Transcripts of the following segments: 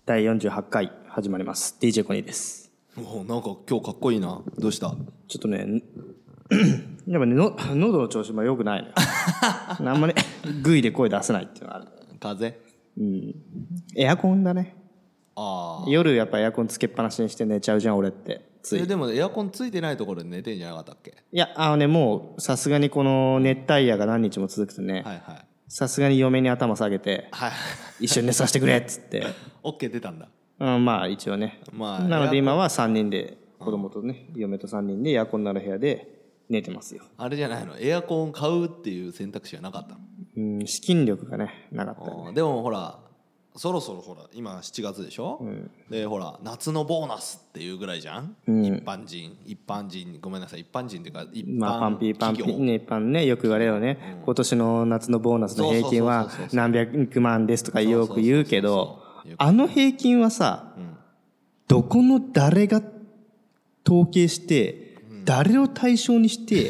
第48回始まります。 DJ コニーです。 お、なんか今日かっこいいな。どうした？ ちょっとねやっぱね喉の調子も良くないのよあんまりグイで声出せないっていうのがある。 風邪？ エアコンだね。 ああ。 夜やっぱエアコンつけっぱなしにして寝ちゃうじゃん俺って。ついでもエアコンついてないところで寝てんじゃなかったっけ？ いやもうさすがにこの熱帯夜が何日も続くとね、 はいはい。 さすがに嫁に頭下げて、 はい。 一緒に寝させてくれっつって OK 出たんだ。 まあ一応ね、 まあなので今は3人で子供とね、嫁と3人でエアコンのある部屋で寝てますよ。 あれじゃないの？エアコン買うっていう選択肢はなかったの？ 資金力がねなかったよね。 でもほらそろそろほら今7月でしょ、でほら夏のボーナスっていうぐらいじゃん、一般人ごめんなさい、一般人っていうか一般パンピーね、一般ね、よく言われるよね、今年の夏のボーナスの平均は何百万ですとかよく言うけど、あの平均はさ、どこの誰が統計して誰を対象にして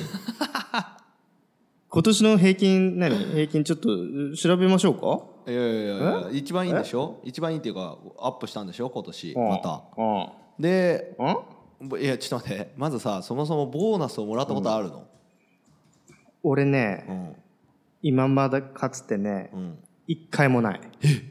今年の平均平均ちょっと調べましょうか。 いや一番いいんでしょ？一番いいっていうかアップしたんでしょ今年また。でいやちょっと待って、まずさ、そもそもボーナスをもらったことあるの？ 俺ね、今までかつてね、一回もない。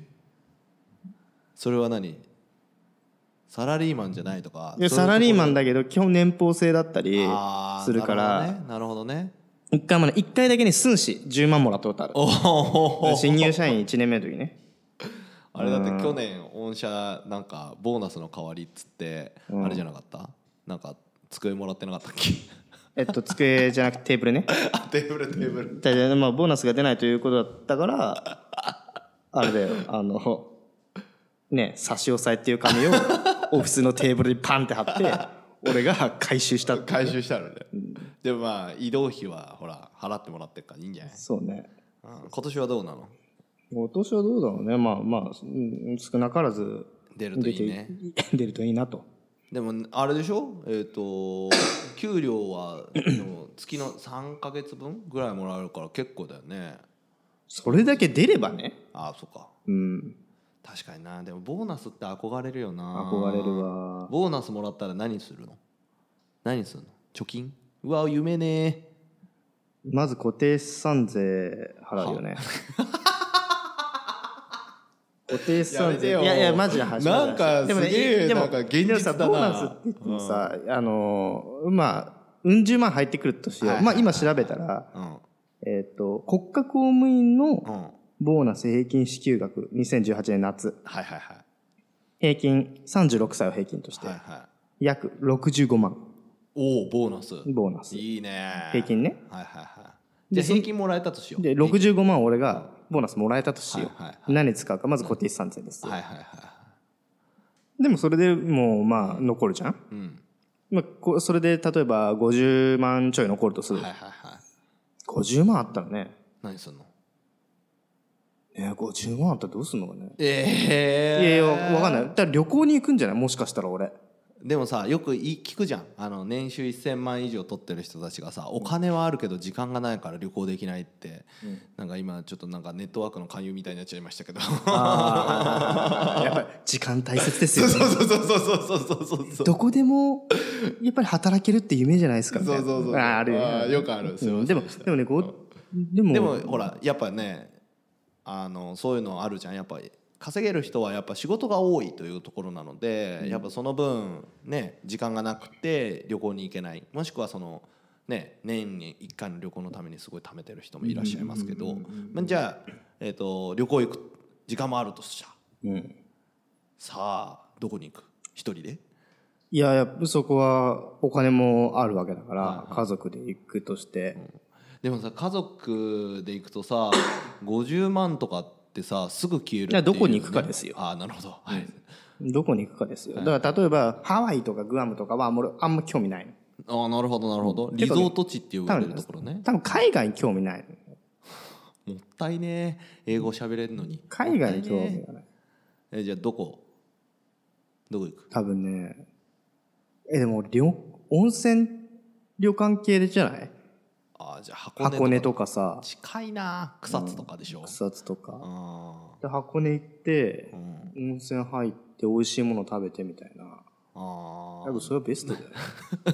それは何？サラリーマンじゃないとか？ いやサラリーマンだけど基本年俸制だったりするから。 なるほどね。 一回だけに寸志10万もらったことある。新入社員1年目の時ね。 あれだって去年御社なんかボーナスの代わりっつって、あれじゃなかった？なんか机もらってなかったっけ？ 机じゃなくてテーブルね。 テーブル。 まあボーナスが出ないということだったからあれだよ、ね、差し押さえっていう紙をオフィスのテーブルにパンって貼って俺が回収したって、ね、 回収したのね、でもまあ移動費はほら払ってもらってるからいいんじゃない？ そうね、 今年はどうなの？ 今年はどうだろうね。まあ少なからず出るといいね。 出るといいなと。 でもあれでしょ、給料は月の3ヶ月分ぐらいもらえるから結構だよね。 それだけ出ればね。 ああそっか。確かにな。でもボーナスって憧れるよな。 憧れるわ。 ボーナスもらったら何するの？貯金？うわ夢ね。 まず固定資産税払うよね。固定資産税。いやマジで話。 なんかすげえなんか現実だな。 ボーナスって言ってもさ、まあ十万入ってくるとしよう。まあ今調べたら、国家公務員のボーナス平均支給額2018年夏、平均36歳を平均として約65万。 おお、ボーナスいいね。 平均ね。 で平均もらえたとしよう。 で65万俺がボーナスもらえたとしよう。何に使うか。まず固定資産税ですよ。でもそれでもうまあ残るじゃん。それで例えば50万ちょい残るとする。50万あったらね、 何すんの ？50万あったらどうすんのかね。 いや分かんない。だから旅行に行くんじゃない？もしかしたら俺。 でもさ、よく聞くじゃん。年収1000万以上取ってる人たちがさ、お金はあるけど時間がないから旅行できないって、なんか今ちょっとなんかネットワークの勧誘みたいになっちゃいましたけど。 やっぱり時間大切ですよね。そう。どこでもやっぱり働けるって夢じゃないですか。あるよね。 よくある。 でもねでもほらやっぱね、そういうのあるじゃん。やっぱり稼げる人はやっぱ仕事が多いというところなので、やっぱその分ね時間がなくて旅行に行けない、もしくはそのね年に1回の旅行のためにすごい貯めてる人もいらっしゃいますけど、じゃあ、旅行行く時間もあるとしちゃう、さあどこに行く？一人で？ いやそこはお金もあるわけだから、家族で行くとして、 でもさ家族で行くとさ50万とかってさすぐ消えるっていう、ね、 どこに行くかですよ。 なるほど、 どこに行くかですよ。だから例えばハワイとかグアムとかはあんま興味ないの。 なるほど、リゾート地って言われるところね。 多分海外に興味ないの。もったいねえ、英語喋れるのに。 海外に興味がない。 じゃあどこ行く？ 多分ね、でも温泉旅館系じゃない？ じゃあ箱根とかさ、 近いな。草津とかでしょ。 草津とかで箱根行って、温泉入って美味しいもの食べてみたいな。多分それはベストだよね。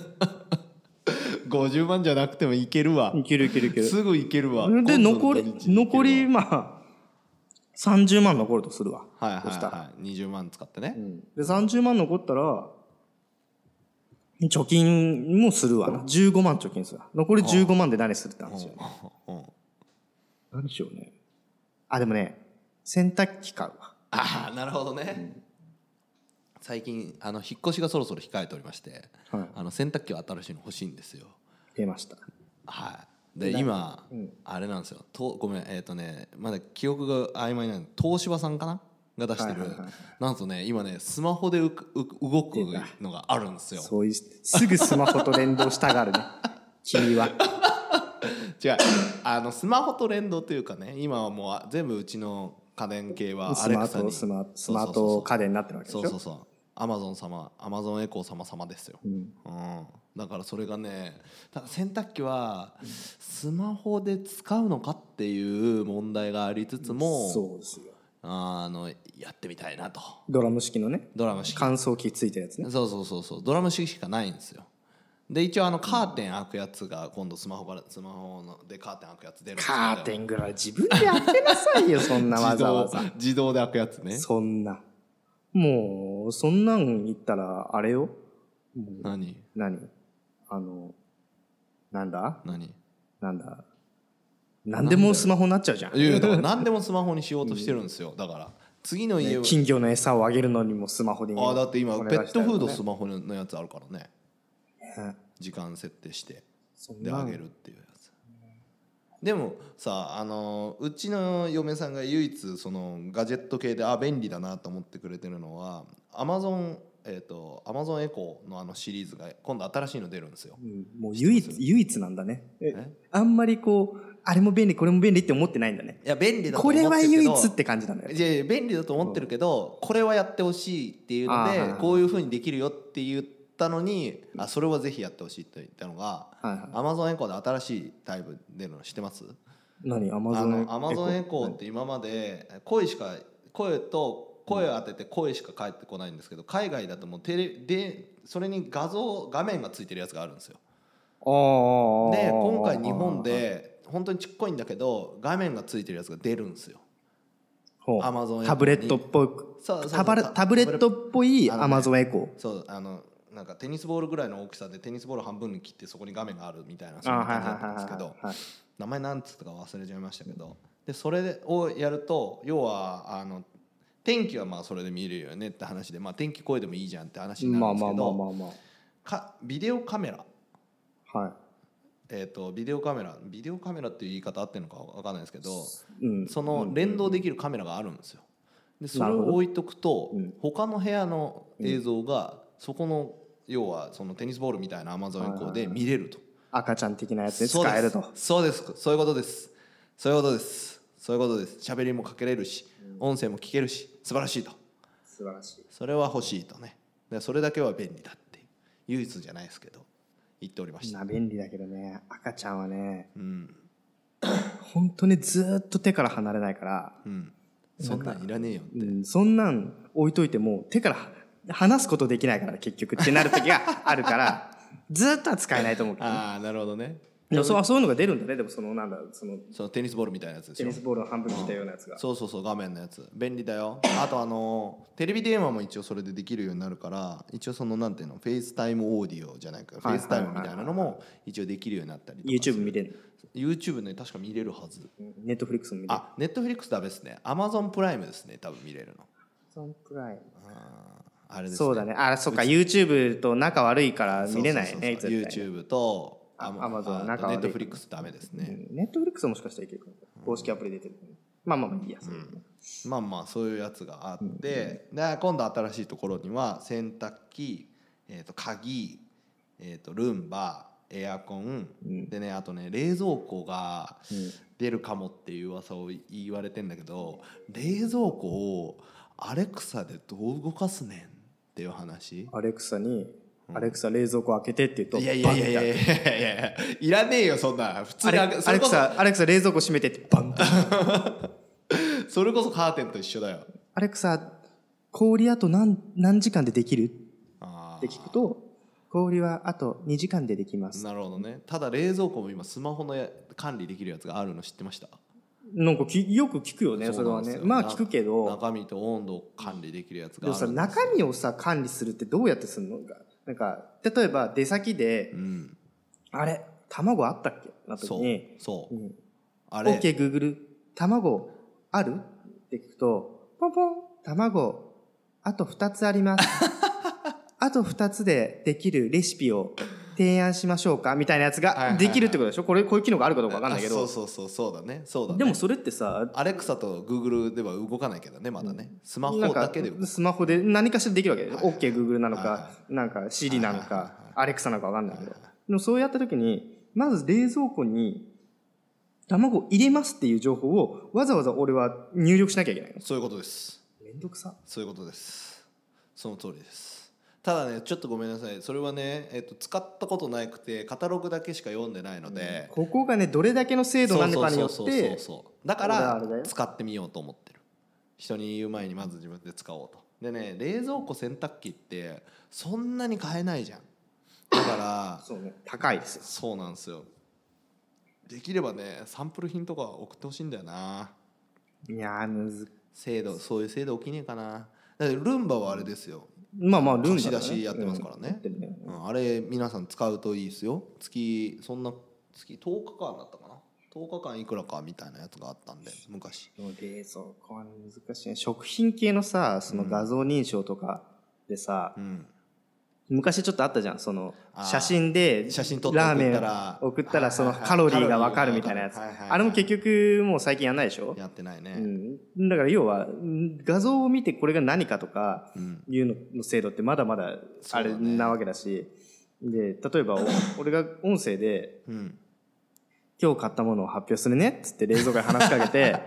50万じゃなくてもいけるわ。 いけるすぐいけるわ。 で残りまあ30万残るとするわ。 そしたら20万使ってね。 で30万残ったら貯金もするわな。15万貯金するわ。残り15万で何するって話よね。何しようね。でもね、洗濯機買うわ。 なるほどね。最近引っ越しがそろそろ控えておりまして、洗濯機は新しいの欲しいんですよ。 出ました。 で今あれなんですよ。ごめんまだ記憶が曖昧なの。東芝さんかなが出してる、なんとね今ねスマホで動くのがあるんですよ。 そういうすぐスマホと連動したがるね君は。 違う、スマホと連動というかね、今はもう全部うちの家電系はアレクサにスマート家電になってるわけでしょ。 そうアマゾンエコー様ですよ。だからそれがね、ただ洗濯機はスマホで使うのかっていう問題がありつつも、 そうですよ。 やってみたいなと。 ドラム式のね。 ドラム式乾燥機ついてるやつね。 そうドラム式しかないんですよ。で一応カーテン開くやつが今度スマホでカーテン開くやつ出るんですけど、 カーテンぐらい自分で開けなさいよそんなわざわざ自動で開くやつね。 そんなもうそんなん言ったらあれよ。 何なんだ何でもスマホになっちゃうじゃん。 何でもスマホにしようとしてるんですよ。だから次の家、 金魚の餌をあげるのにもスマホでだって今ペットフードスマホのやつあるからね。時間設定してであげるっていうやつ。でもさ、うちの嫁さんが唯一そのガジェット系で便利だなと思ってくれてるのはアマゾンエコーのシリーズが今度新しいの出るんですよ。 もう唯一なんだね。あんまりあれも便利これも便利って思ってないんだね。 いや便利だと思ってるけど、 これは唯一って感じなんだよ。 いや便利だと思ってるけど、これはやってほしいっていうのでこういう風にできるよって言ったのに、それはぜひやってほしいと言ったのが、アマゾンエコーで新しいタイプ出るの知ってます？ 何？アマゾンエコーって今まで声を当てて声しか返ってこないんですけど、海外だともうそれに画面がついてるやつがあるんですよ。で今回日本で本当にちっこいんだけど画面がついてるやつが出るんですよ。 アマゾンタブレットっぽいタブレットっぽいアマゾンエコー。 そうなんかテニスボールぐらいの大きさでテニスボール半分に切ってそこに画面があるみたいなそういう感じだったんですけど、名前なんつったか忘れちゃいましたけど、でそれをやると要は天気はまあそれで見れるよねって話で、天気声でもいいじゃんって話になるんですけど、ビデオカメラ、ビデオカメラっていう言い方合ってるのか分かんないですけど、その連動できるカメラがあるんですよ。でそれを置いとくと他の部屋の映像がそこの要はそのテニスボールみたいな Amazon エコーで見れると。 赤ちゃん的なやつで使えると。 そういうことです喋りもかけれるし音声も聞けるし素晴らしいと。 素晴らしい。 それは欲しいとね。でそれだけは便利だって唯一じゃないですけど言っておりました。 便利だけどね、赤ちゃんはね、本当にずっと手から離れないから、 そんなんいらねえよって、 そんなん置いといても手から離すことできないから結局ってなる時があるからずっとは使えないと思うけど、 なるほどね。 でもそういうのが出るんだね。でもそのテニスボールみたいなやつでしょ。 テニスボールの半分に切ったようなやつが、 そう画面のやつ便利だよ。あとテレビ電話も一応それでできるようになるから、一応なんていうのフェイスタイムオーディオじゃないか、フェイスタイムみたいなのも一応できるようになったりとか。 YouTube 見れる？ YouTube ね、確か見れるはず。 Netflix も見れる？ Netflix ダメですね。Amazon プライムですね、多分見れるの。 Amazon プライム、 あれですね。 そうだね。そっか YouTube と仲悪いから見れないね。 YouTube と Amazon 仲悪い。 Netflix ダメですね。 Netflix はもしかしたらいけるかも。公式アプリ出てる。いいや。 そういうやつがあって、で今度新しいところには洗濯機、鍵、ルンバ、エアコン、でね、あとね冷蔵庫が出るかもっていう噂を言われてんだけど、冷蔵庫をアレクサでどう動かすねんっていう話。 アレクサにアレクサ冷蔵庫開けてって言うと、 いやいやいやいやいやいやいらねえよそんな。普通にアレクサ冷蔵庫閉めてってバンってそれこそカーテンと一緒だよ。 アレクサ氷あと何時間でできるって聞くと、氷はあと2時間でできます。 なるほどね。ただ冷蔵庫も今スマホの管理できるやつがあるの知ってました？ なんかよく聞くよね、それはね。まあ聞くけど、 中身と温度を管理できるやつがあるんですよ。 でもさ、中身をさ管理するってどうやってするの？なんか例えば出先で、あれ卵あったっけな時に、 そう、 あれ OK Google 卵あるって聞くと、ポンポン卵あと2つありますあと2つでできるレシピを提案しましょうかみたいなやつができるってことでしょ。こういう機能があるかどうか分かんないけど、 そうだね。 でもそれってさ、 アレクサと Google では動かないけどね、まだね。スマホだけで動く。 スマホで何かしらできるわけで、OK Google なのか、なんか Siri なのか、アレクサなのか分かんないけど、でもそうやった時にまず冷蔵庫に卵を入れますっていう情報をわざわざ俺は入力しなきゃいけないの。 そういうことです。 めんどくさ。 そういうことです。その通りです。ただね、ちょっとごめんなさい。それはね、使ったことなくてカタログだけしか読んでないので、 ここがねどれだけの精度なのかによってだから使ってみようと思ってる。人に言う前にまず自分で使おうと。でね、冷蔵庫洗濯機ってそんなに買えないじゃん。だからそうね、高いですよ。 そうなんですよ。できればね、サンプル品とか送ってほしいんだよな。 いやそういう制度起きねえかな。だってルンバはあれですよ。 ルンバ、ね、 貸し出しやってますからね。あれ皆さん使うといいですよ。月10日間だったかな。10日間いくらかみたいなやつがあったんで、昔。 冷蔵庫は難しいね。食品系のさ、その画像認証とかでさ、昔ちょっとあったじゃん、その写真でラーメン送ったらそのカロリーが分かるみたいなやつ。あれも結局もう最近やんないでしょ。 やってないね。 だから要は画像を見てこれが何かとかいうの精度ってまだまだあれなわけだし、で例えば俺が音声で今日買ったものを発表するねっつって冷蔵庫に話しかけて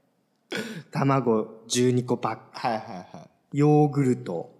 卵12個パック、ヨーグルト、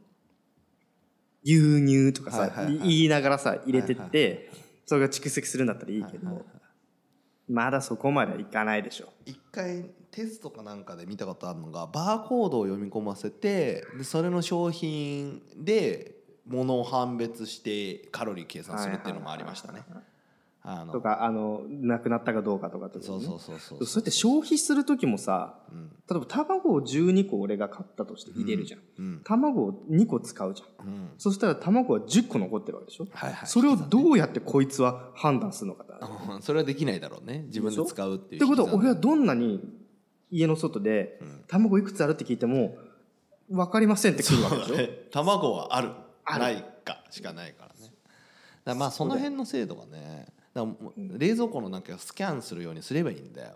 牛乳とかさ、言いながらさ入れてってそれが蓄積するんだったらいいけど、まだそこまでいかないでしょ。 一回テストかなんかで見たことあるのが、バーコードを読み込ませて、でそれの商品で物を判別してカロリー計算するっていうのもありましたね。 とかなくなったかどうかとかって、ね、そうやって消費する時もさ、例えば卵を12個俺が買ったとして入れるじゃん、卵を2個使うじゃん、そしたら卵は10個残ってるわけでしょ、それをどうやってこいつは判断するのかだ、 それはできないだろうね、自分で使うっていう。 ってことは俺はどんなに家の外で卵いくつあるって聞いても分かりませんって来るわけでしょ、 卵はあるないかしかないからね。だまあその辺の精度がね、冷蔵庫のなんかスキャンするようにすればいいんだよ。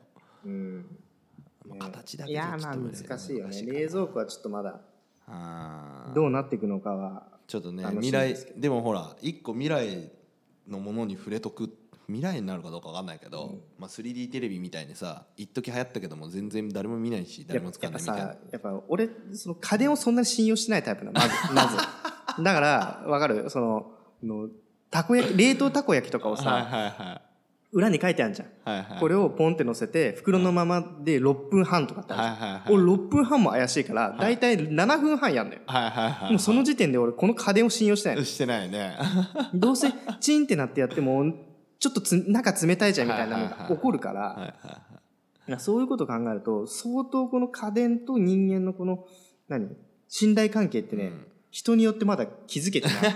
形だけでちょっといやまあ難しいよね。冷蔵庫はちょっとまだどうなっていくのかはちょっとね、未来でもほら一個未来のものに触れとく、未来になるかどうか分かんないけど、まあ 3D テレビみたいにさ一時流行ったけども全然誰も見ないし誰も使わないみたいな。 やっぱ俺その家電をそんなに信用してないタイプなのまずだから分かる、そのたこ焼き、冷凍たこ焼きとかをさ、裏に書いてあるじゃん、これをポンって乗せて袋のままで6分半とかってあるじゃん、俺6分半も怪しいからだいたい7分半やんのよ、もうその時点で俺この家電を信用してないの。 してないねどうせチンってなってやってもちょっと中冷たいじゃんみたいなのが起こるから、そういうことを考えると相当この家電と人間のこの信頼関係ってね、人によってまだ気づけてない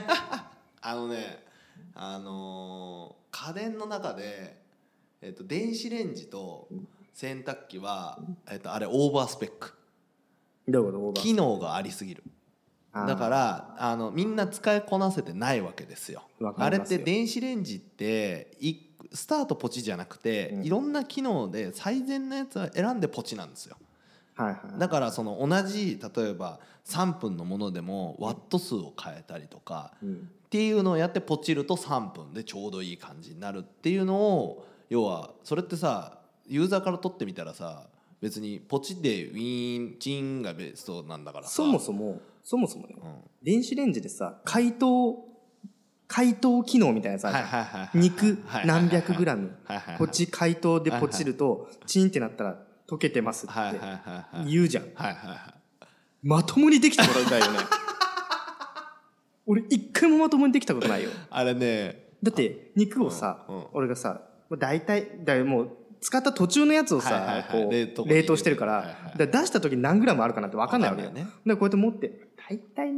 家電の中で、電子レンジと洗濯機は、あれオーバースペック。 どういうこと？オーバースペック。 機能がありすぎる。だからみんな使いこなせてないわけですよ。あれって電子レンジってスタートポチじゃなくて、いろんな機能で最善なやつを選んでポチなんですよ。だからその同じ例えば3分のものでもワット数を変えたりとか、っていうのをやってポチると3分でちょうどいい感じになるっていうのを、要はそれってさユーザーから取ってみたらさ別にポチでウィーンチンがベストなんだからさ、 そもそもね、電子レンジでさ解凍解凍機能みたいなさ、肉何百グラム、こっち解凍でポチるとチンってなったら溶けてますって言うじゃん。まともにできてもらいたいよね。俺一回もまともにできたことないよ。 あれね。 だって肉をさ、俺がさ、大体もう使った途中のやつをさ、こう冷凍してるから、出した時に何グラムあるかなって分かんないわけよ。ね。でこうやって持って、大体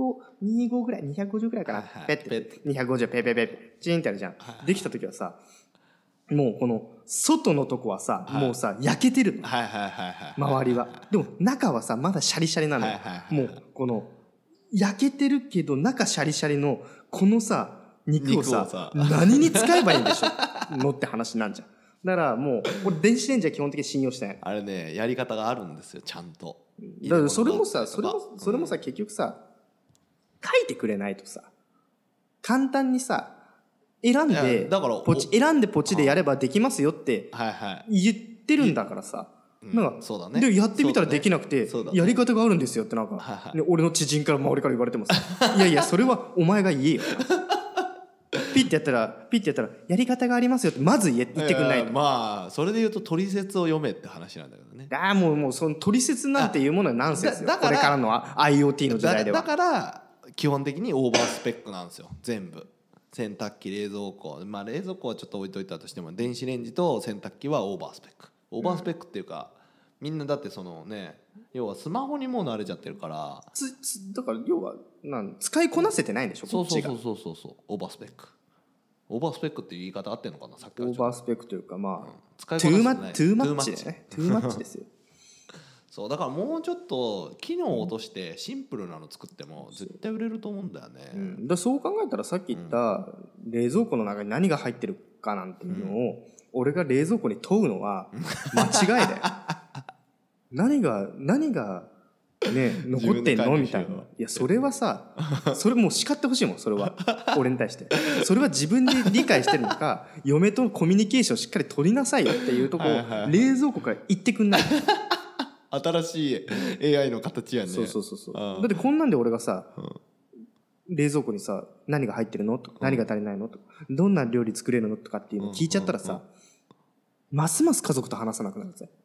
25ぐらい、250ぐらいかな。ペッて、250ペペペチンってあるじゃん。できた時はさ、もうこの外のとこはさ、もうさ焼けてるの。周りは。でも中はさまだシャリシャリなの。もうこの焼けてるけど中シャリシャリのこのさ肉をさ何に使えばいいんでしょのって話なんじゃん。だからもう俺電子レンジは基本的に信用してない。 あれねやり方があるんですよちゃんと。 だからそれもさ結局さ書いてくれないとさ簡単にさ選んでポチでやればできますよって言ってるんだからさ、なんかでやってみたらできなくてやり方があるんですよってなんか俺の知人から周りから言われてもさいやいやそれはお前が言えよ。ピッてやったらやり方がありますよってまず言ってくんないと。 まあそれで言うと取説を読めって話なんだけどね。 もうその取説なんていうものはナンセンスよ。これからの IoT の時代では。 だから基本的にオーバースペックなんですよ全部。洗濯機冷蔵庫まあ冷蔵庫はちょっと置いといたとしても電子レンジと洗濯機はオーバースペック。オーバースペックっていうか、みんなだってそのね要はスマホにもう慣れちゃってるからだから要は使いこなせてないんでしょ。 そうオーバースペック。オーバースペックっていう言い方合ってんのかなさっきから。 オーバースペックというかまあ、 使いこなせてないトゥーマッチだよね。トゥーマッチですよ。 そうだからもうちょっと機能を落としてシンプルなの作っても絶対売れると思うんだよね。 だそう考えたらさっき言った冷蔵庫の中に何が入ってるかなんていうのを俺が冷蔵庫に問うのは間違いだよ。何がね残ってんのみたいな。いやそれはさそれもう叱ってほしいもんそれは俺に対して。それは自分で理解してるのか嫁とのコミュニケーションをしっかり取りなさいよっていうとこを冷蔵庫から言ってくんない。 新しい AI の形やね。 そう。だってこんなんで俺がさ、冷蔵庫にさ何が入ってるのとか何が足りないのとかどんな料理作れるのとかっていうのを聞いちゃったらさ、ますます家族と話さなくなるぜ。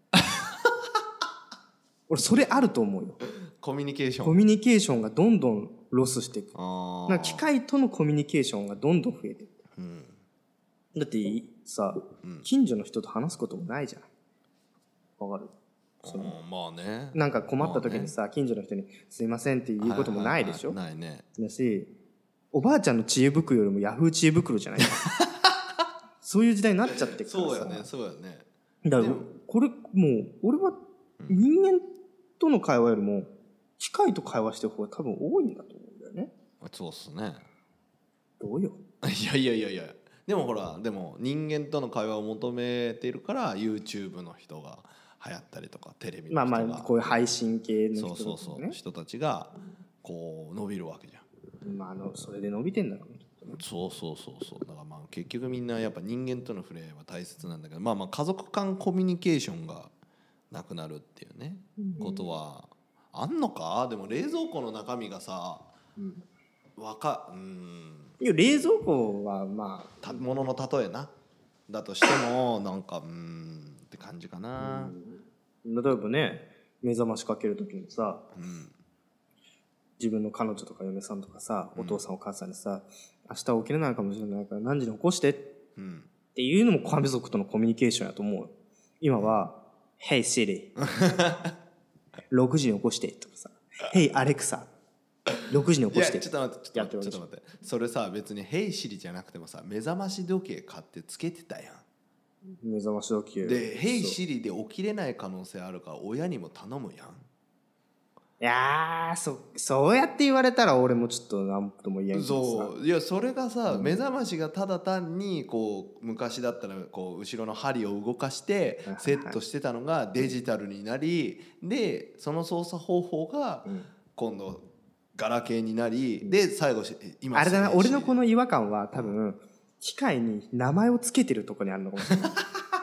俺それあると思うよ。 コミュニケーションがどんどんロスしていく。なんか機械とのコミュニケーションがどんどん増えていく。だってさ、近所の人と話すこともないじゃん。わかる？ まあね。 なんか困った時にさ、近所の人にすいませんって言うこともないでしょ。 ないね。 だし、おばあちゃんの知恵袋よりもヤフー知恵袋じゃないそういう時代になっちゃってるからさ。 そうやね。 だからこれもう俺は人間との会話よりも機械と会話してる方が多分多いんだと思うんだよね。 そうっすね。 どうよ。 いや。でもほら人間との会話を求めているから YouTube の人が流行ったりとかテレビの人がこういう配信系の人とかね。 人たちがこう伸びるわけじゃん。 それで伸びてんだろうね。 そうだから結局みんなやっぱ人間との触れは大切なんだけど家族間コミュニケーションがなくなるっていうね、ことはあんのか。でも冷蔵庫の中身がさ、 いや冷蔵庫はものの例えだとしてもなんかって感じかな。 例えばね目覚ましかける時にさ、自分の彼女とか嫁さんとかさ、お父さんお母さんにさ明日起きれないかもしれないから何時に起こしてっていうのも家族とのコミュニケーションやと思う。今はHey Siri 6時に起こしてとかさ Hey Alexa 6時に起こして。 ちょっと待ってそれさ別に Hey Siri じゃなくてもさ目覚まし時計買ってつけてたやん。 目覚まし時計で Hey Siri で起きれない可能性あるから親にも頼むやん。 いやそうやって言われたら俺もちょっと何とも言えんけどさ。 いやそれがさ、目覚ましがただ単にこう昔だったらこう後ろの針を動かしてセットしてたのがデジタルになりでその操作方法が今度ガラケーになりで最後今あれだな俺のこの違和感は多分機械に名前をつけてるとこにあるのかもしれない。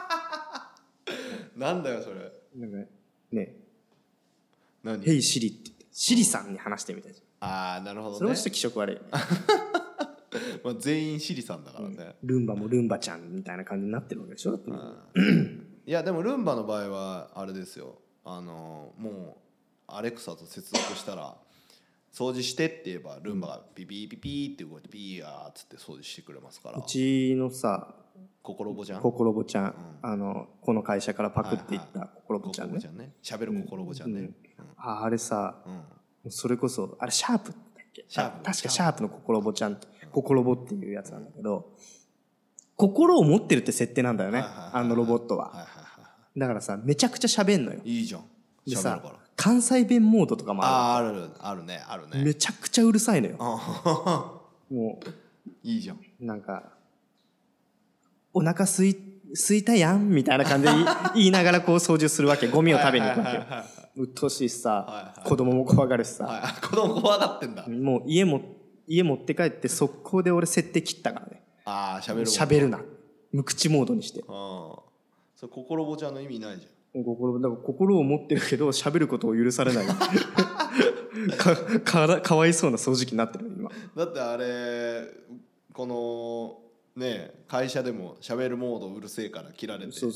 なんだよそれ。 なんかね何ヘイシリって言ってシリさんに話してみたいじゃん。 なるほどね。 それはちょっと気色悪いよね。 まあ全員シリさんだからね、 ルンバもルンバちゃんみたいな感じになってるわけでしょ。 いやでもルンバの場合はあれですよ、もうアレクサと接続したら掃除してって言えばルンバがピピーピピーって動いてピーヤーっつって掃除してくれますから。 うちのさココロボちゃん、 この会社からパクっていったココロボちゃんね、 喋るココロボちゃんね、 あれさ、それこそあれシャープだっけ、確かシャープのココロボちゃん、ココロボっていうやつなんだけど、心を持ってるって設定なんだよね、あのロボットは。だからさ、めちゃくちゃ喋んのよ。 いいじゃん。 でさ、関西弁モードとかもある。 あるね。 めちゃくちゃうるさいのよ。もういいじゃん。 なんかお腹すいたやんみたいな感じで言いながらこう掃除するわけ。ゴミを食べに行くわけよ。うっとうしいしさ、子供も怖がるしさ。 子供怖がってんだ。 もう家持って帰って速攻で俺設定切ったからね。喋るな。無口モードにして。 それ心ぼちゃんの意味ないじゃん。 だから心を持ってるけど喋ることを許されないかわいそうな掃除機になってる今。 だってあれこのね会社でも喋るモードうるせえから切られて、 そう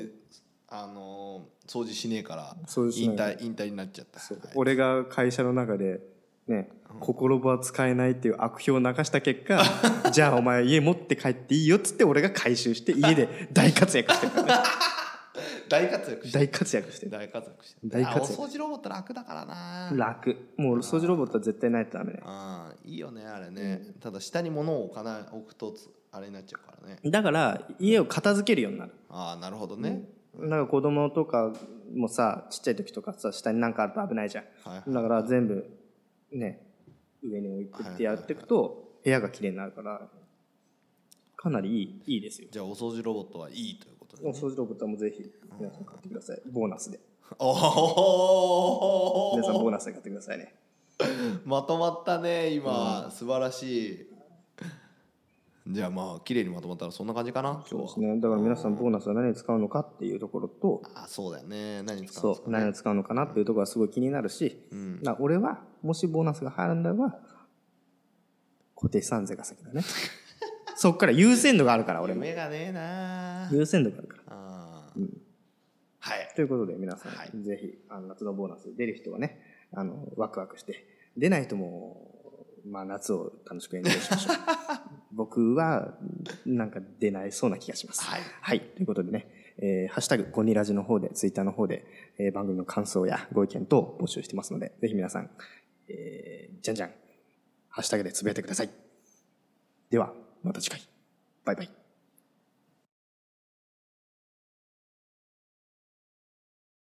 掃除しねえから引退になっちゃった。 俺が会社の中でね、心は使えないっていう悪評を流した結果じゃあお前家持って帰っていいよっつって俺が回収して家で大活躍してるからね。大活躍してお掃除ロボット楽だからな。 楽。もう掃除ロボットは絶対ないとダメね。 いいよねあれね、ただ下に物を置くとあれになっちゃうからね。 だから家を片付けるようになる。 なるほどね。 だから子供とかもさ、ちっちゃい時とかさ、下に何かあると危ないじゃん、だから全部ね上に置いてってやっていくと部屋がきれいになるからかなりいいですよ。 じゃあお掃除ロボットはいいということで、 お掃除ロボットもぜひ皆さん買ってください。ボーナスで。 皆さんボーナスで買ってくださいね。 まとまったね今、素晴らしい。じゃあまあ綺麗にまとまったらそんな感じかな今日は。 そうですね。だから皆さんボーナスは何に使うのかっていうところと、 そうだよね、何に使うんですかね。 何に使うのかなっていうところがすごい気になるし、俺はもしボーナスが入るんだば固定資産税が先だね。そっから優先度があるから俺も。 夢がねえな。 優先度があるから。 はい。 ということで皆さん、ぜひ夏のボーナス出る人はねワクワクして、出ない人も夏を楽しくエンジョイしましょう。僕はなんか出ないそうな気がします。はい。ということでね、ハッシュタグゴニラジの方でツイッターの方で、番組の感想やご意見等募集してますので、ぜひ皆さん、じゃんじゃんハッシュタグでつぶやいてください。ではまた次回。バイバイ。